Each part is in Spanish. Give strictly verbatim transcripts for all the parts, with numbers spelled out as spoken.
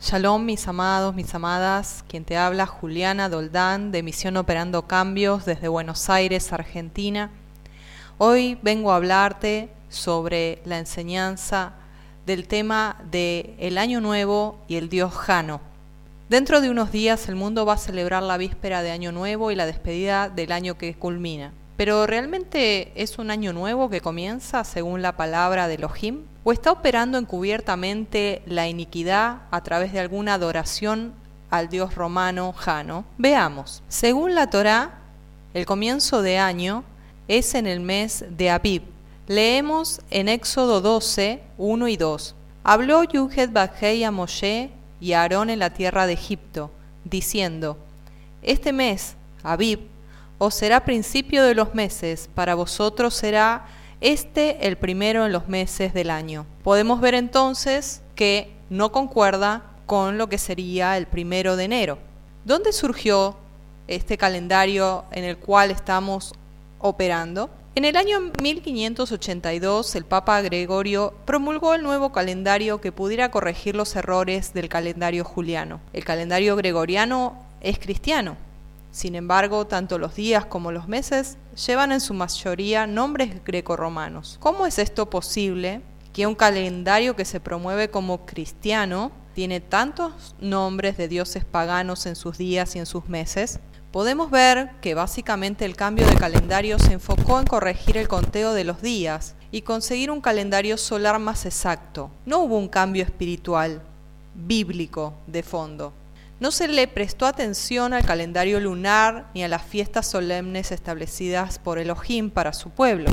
Shalom, mis amados, mis amadas, quien te habla, Juliana Doldán, de Misión Operando Cambios desde Buenos Aires, Argentina. Hoy vengo a hablarte sobre la enseñanza del tema de el Año Nuevo y el Dios Jano. Dentro de unos días el mundo va a celebrar la víspera de Año Nuevo y la despedida del año que culmina. ¿Pero realmente es un año nuevo que comienza según la palabra de Elohim? ¿O está operando encubiertamente la iniquidad a través de alguna adoración al dios romano Jano? Veamos. Según la Torá, el comienzo de año es en el mes de Abib. Leemos en Éxodo doce, uno y dos. Habló Yuhet Bajei a Moshe y a Aarón en la tierra de Egipto, diciendo: Este mes, Abib, os será principio de los meses, para vosotros será este el primero en los meses del año. Podemos ver entonces que no concuerda con lo que sería el primero de enero. ¿Dónde surgió este calendario en el cual estamos operando? En el año mil quinientos ochenta y dos, el Papa Gregorio promulgó el nuevo calendario que pudiera corregir los errores del calendario juliano. El calendario gregoriano es cristiano. Sin embargo, tanto los días como los meses llevan en su mayoría nombres grecorromanos. ¿Cómo es esto posible que un calendario que se promueve como cristiano tiene tantos nombres de dioses paganos en sus días y en sus meses? Podemos ver que básicamente el cambio de calendario se enfocó en corregir el conteo de los días y conseguir un calendario solar más exacto. No hubo un cambio espiritual, bíblico, de fondo. No se le prestó atención al calendario lunar ni a las fiestas solemnes establecidas por Elohim para su pueblo.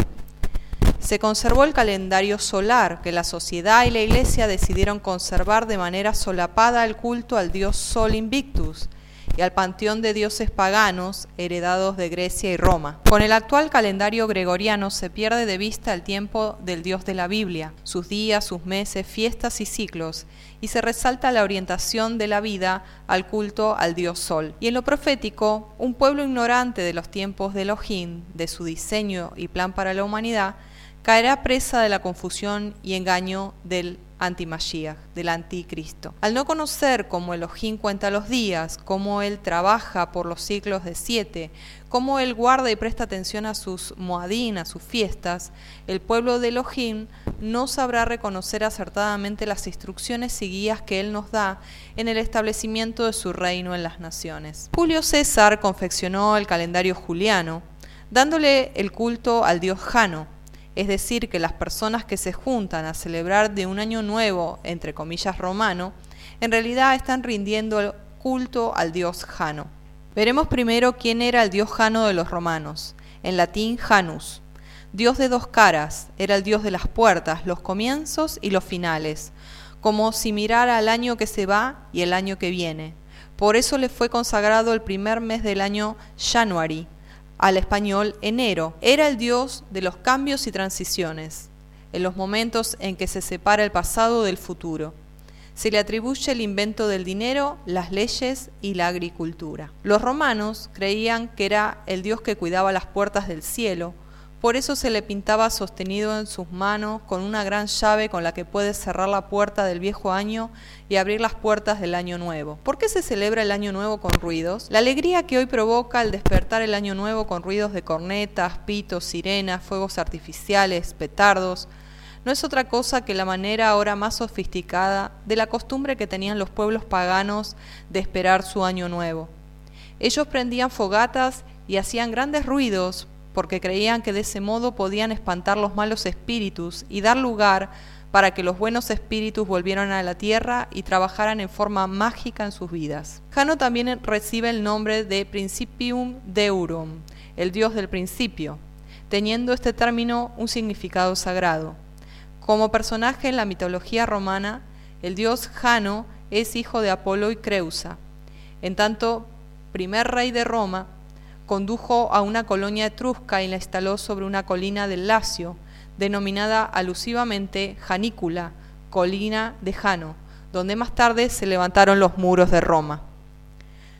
Se conservó el calendario solar, que la sociedad y la iglesia decidieron conservar de manera solapada el culto al dios Sol Invictus y al panteón de dioses paganos heredados de Grecia y Roma. Con el actual calendario gregoriano se pierde de vista el tiempo del Dios de la Biblia, sus días, sus meses, fiestas y ciclos, y se resalta la orientación de la vida al culto al dios Sol. Y en lo profético, un pueblo ignorante de los tiempos de Elohim, de su diseño y plan para la humanidad, caerá presa de la confusión y engaño del anti-Mashiach, del anticristo. Al no conocer cómo Elohim cuenta los días, cómo Él trabaja por los ciclos de siete, cómo Él guarda y presta atención a sus moadín, a sus fiestas, el pueblo de Elohim no sabrá reconocer acertadamente las instrucciones y guías que Él nos da en el establecimiento de su reino en las naciones. Julio César confeccionó el calendario juliano, dándole el culto al dios Jano, es decir, que las personas que se juntan a celebrar de un año nuevo, entre comillas romano, en realidad están rindiendo el culto al dios Jano. Veremos primero quién era el dios Jano de los romanos. En latín, Janus. Dios de dos caras, era el dios de las puertas, los comienzos y los finales, como si mirara al año que se va y el año que viene. Por eso le fue consagrado el primer mes del año January, al español enero. Era el dios de los cambios y transiciones, en los momentos en que se separa el pasado del futuro. Se le atribuye el invento del dinero, las leyes y la agricultura. Los romanos creían que era el dios que cuidaba las puertas del cielo, por eso se le pintaba sostenido en sus manos con una gran llave con la que puede cerrar la puerta del viejo año y abrir las puertas del año nuevo. ¿Por qué se celebra el año nuevo con ruidos? La alegría que hoy provoca al despertar el año nuevo con ruidos de cornetas, pitos, sirenas, fuegos artificiales, petardos, no es otra cosa que la manera ahora más sofisticada de la costumbre que tenían los pueblos paganos de esperar su año nuevo. Ellos prendían fogatas y hacían grandes ruidos porque creían que de ese modo podían espantar los malos espíritus y dar lugar para que los buenos espíritus volvieran a la tierra y trabajaran en forma mágica en sus vidas. Jano también recibe el nombre de Principium Deorum, el dios del principio, teniendo este término un significado sagrado. Como personaje en la mitología romana, el dios Jano es hijo de Apolo y Creusa. En tanto, primer rey de Roma, condujo a una colonia etrusca y la instaló sobre una colina del Lacio, denominada alusivamente Janícula, colina de Jano, donde más tarde se levantaron los muros de Roma.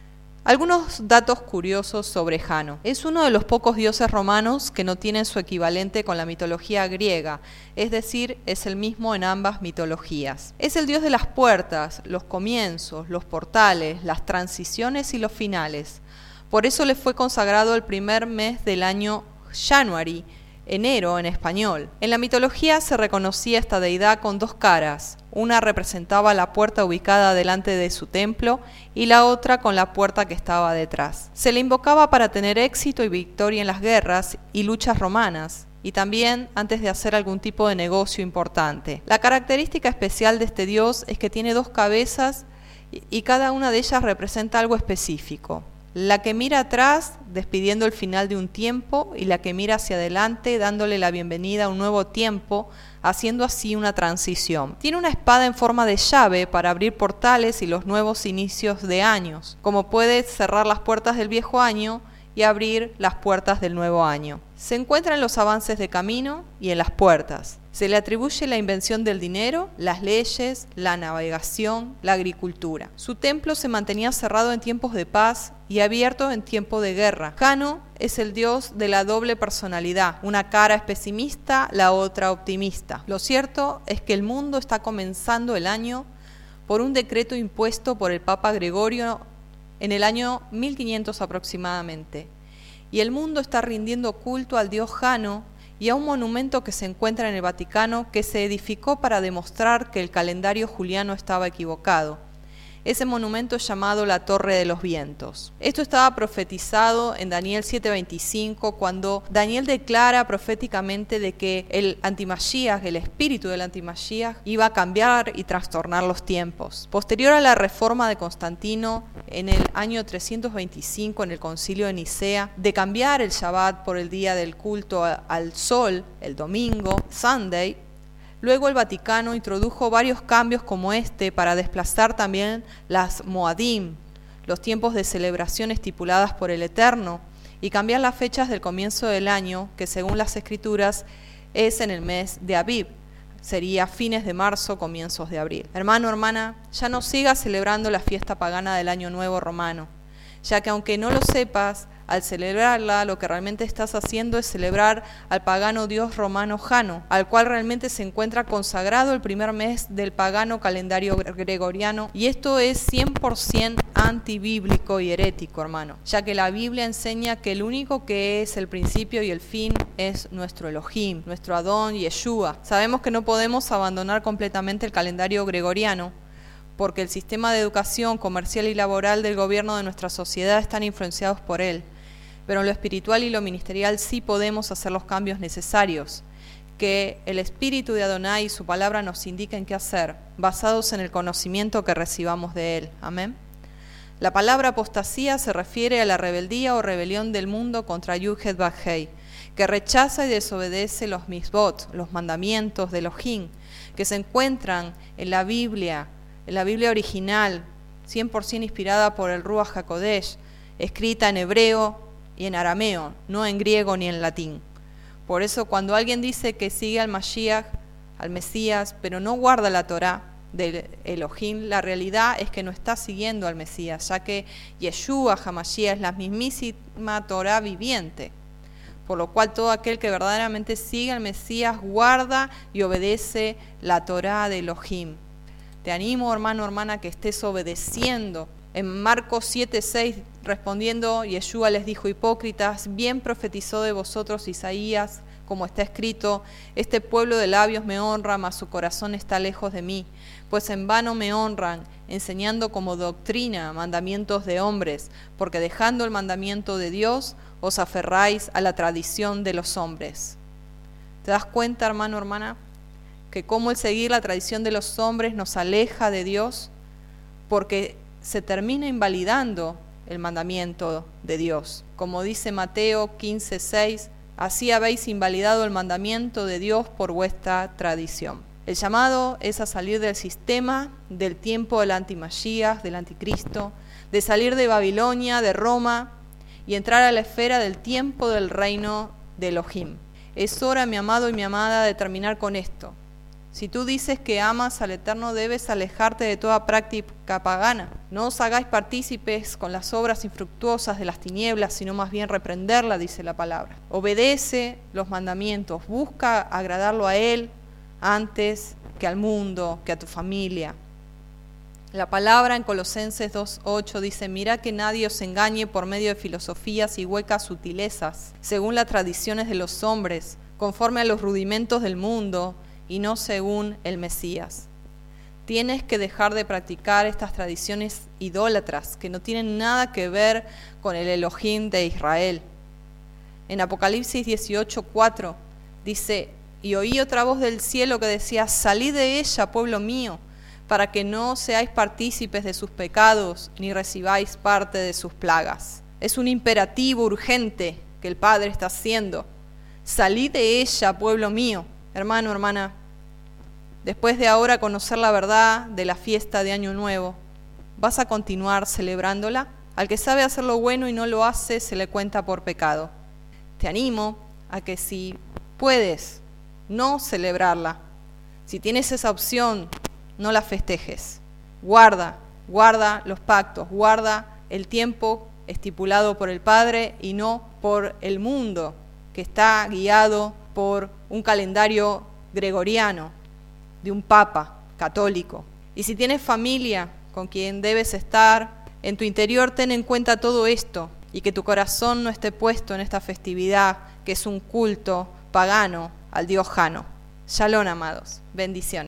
Algunos datos curiosos sobre Jano. Es uno de los pocos dioses romanos que no tienen su equivalente con la mitología griega, es decir, es el mismo en ambas mitologías. Es el dios de las puertas, los comienzos, los portales, las transiciones y los finales. Por eso le fue consagrado el primer mes del año January, enero en español. En la mitología se reconocía esta deidad con dos caras. Una representaba la puerta ubicada delante de su templo y la otra con la puerta que estaba detrás. Se le invocaba para tener éxito y victoria en las guerras y luchas romanas, y también antes de hacer algún tipo de negocio importante. La característica especial de este dios es que tiene dos cabezas y cada una de ellas representa algo específico. La que mira atrás, despidiendo el final de un tiempo, y la que mira hacia adelante, dándole la bienvenida a un nuevo tiempo, haciendo así una transición. Tiene una espada en forma de llave para abrir portales y los nuevos inicios de años, como puede cerrar las puertas del viejo año y abrir las puertas del nuevo año. Se encuentra en los avances de camino y en las puertas. Se le atribuye la invención del dinero, las leyes, la navegación, la agricultura. Su templo se mantenía cerrado en tiempos de paz y abierto en tiempo de guerra. Jano es el dios de la doble personalidad. Una cara es pesimista, la otra optimista. Lo cierto es que el mundo está comenzando el año por un decreto impuesto por el Papa Gregorio en el año mil quinientos aproximadamente. Y el mundo está rindiendo culto al dios Jano y a un monumento que se encuentra en el Vaticano que se edificó para demostrar que el calendario juliano estaba equivocado. Ese monumento es llamado la Torre de los Vientos. Esto estaba profetizado en Daniel siete veinticinco, cuando Daniel declara proféticamente de que el antimasías, el espíritu del antimasías, iba a cambiar y trastornar los tiempos. Posterior a la reforma de Constantino, en el año trescientos veinticinco, en el concilio de Nicea, de cambiar el Shabbat por el día del culto al sol, el domingo, Sunday. Luego el Vaticano introdujo varios cambios como este para desplazar también las Moadim, los tiempos de celebración estipuladas por el Eterno, y cambiar las fechas del comienzo del año, que según las Escrituras es en el mes de Aviv, sería fines de marzo, comienzos de abril. Hermano, hermana, ya no sigas celebrando la fiesta pagana del Año Nuevo romano, ya que aunque no lo sepas, al celebrarla, lo que realmente estás haciendo es celebrar al pagano dios romano Jano, al cual realmente se encuentra consagrado el primer mes del pagano calendario gregoriano, y esto es cien por ciento antibíblico y herético, hermano, ya que la Biblia enseña que el único que es el principio y el fin es nuestro Elohim, nuestro Adón Yeshua. Sabemos que no podemos abandonar completamente el calendario gregoriano, porque el sistema de educación comercial y laboral del gobierno de nuestra sociedad están influenciados por él. Pero en lo espiritual y lo ministerial sí podemos hacer los cambios necesarios, que el Espíritu de Adonai y su palabra nos indiquen qué hacer, basados en el conocimiento que recibamos de él. Amén. La palabra apostasía se refiere a la rebeldía o rebelión del mundo contra Yud-Het Vah-Hei, que rechaza y desobedece los misbot, los mandamientos de Elohim, que se encuentran en la Biblia, en la Biblia original, cien por ciento inspirada por el Ruach HaKodesh, escrita en hebreo y en arameo, no en griego ni en latín. Por eso cuando alguien dice que sigue al Mashiach, al Mesías, pero no guarda la Torá del Elohim, la realidad es que no está siguiendo al Mesías, ya que Yeshua HaMashiach es la mismísima Torá viviente. Por lo cual todo aquel que verdaderamente sigue al Mesías guarda y obedece la Torá de Elohim. Te animo, hermano, hermana, que estés obedeciendo. En Marcos siete seis, respondiendo, Yeshua les dijo: hipócritas, bien profetizó de vosotros Isaías, como está escrito: este pueblo de labios me honra, mas su corazón está lejos de mí. Pues en vano me honran, enseñando como doctrina mandamientos de hombres, porque dejando el mandamiento de Dios, os aferráis a la tradición de los hombres. ¿Te das cuenta, hermano, hermana, que cómo el seguir la tradición de los hombres nos aleja de Dios? Porque se termina invalidando el mandamiento de Dios. Como dice Mateo quince seis, así habéis invalidado el mandamiento de Dios por vuestra tradición. El llamado es a salir del sistema, del tiempo del antimasías, del anticristo, de salir de Babilonia, de Roma, y entrar a la esfera del tiempo del reino de Elohim. Es hora, mi amado y mi amada, de terminar con esto. Si tú dices que amas al Eterno, debes alejarte de toda práctica pagana. No os hagáis partícipes con las obras infructuosas de las tinieblas, sino más bien reprenderla, dice la palabra. Obedece los mandamientos, busca agradarlo a Él antes que al mundo, que a tu familia. La palabra en Colosenses dos ocho dice: mira que nadie os engañe por medio de filosofías y huecas sutilezas, según las tradiciones de los hombres, conforme a los rudimentos del mundo, y no según el Mesías. Tienes que dejar de practicar estas tradiciones idólatras que no tienen nada que ver con el Elohim de Israel. En Apocalipsis dieciocho cuatro dice: y oí otra voz del cielo que decía: salid de ella, pueblo mío, para que no seáis partícipes de sus pecados, ni recibáis parte de sus plagas. Es un imperativo urgente que el Padre está haciendo. Salid de ella, pueblo mío. Hermano, hermana, después de ahora conocer la verdad de la fiesta de Año Nuevo, ¿vas a continuar celebrándola? Al que sabe hacer lo bueno y no lo hace, se le cuenta por pecado. Te animo a que si puedes no celebrarla, si tienes esa opción, no la festejes. Guarda, guarda los pactos, guarda el tiempo estipulado por el Padre y no por el mundo, que está guiado por un calendario gregoriano de un papa católico. Y si tienes familia con quien debes estar, en tu interior ten en cuenta todo esto y que tu corazón no esté puesto en esta festividad que es un culto pagano al Dios Jano. Shalom, amados. Bendiciones.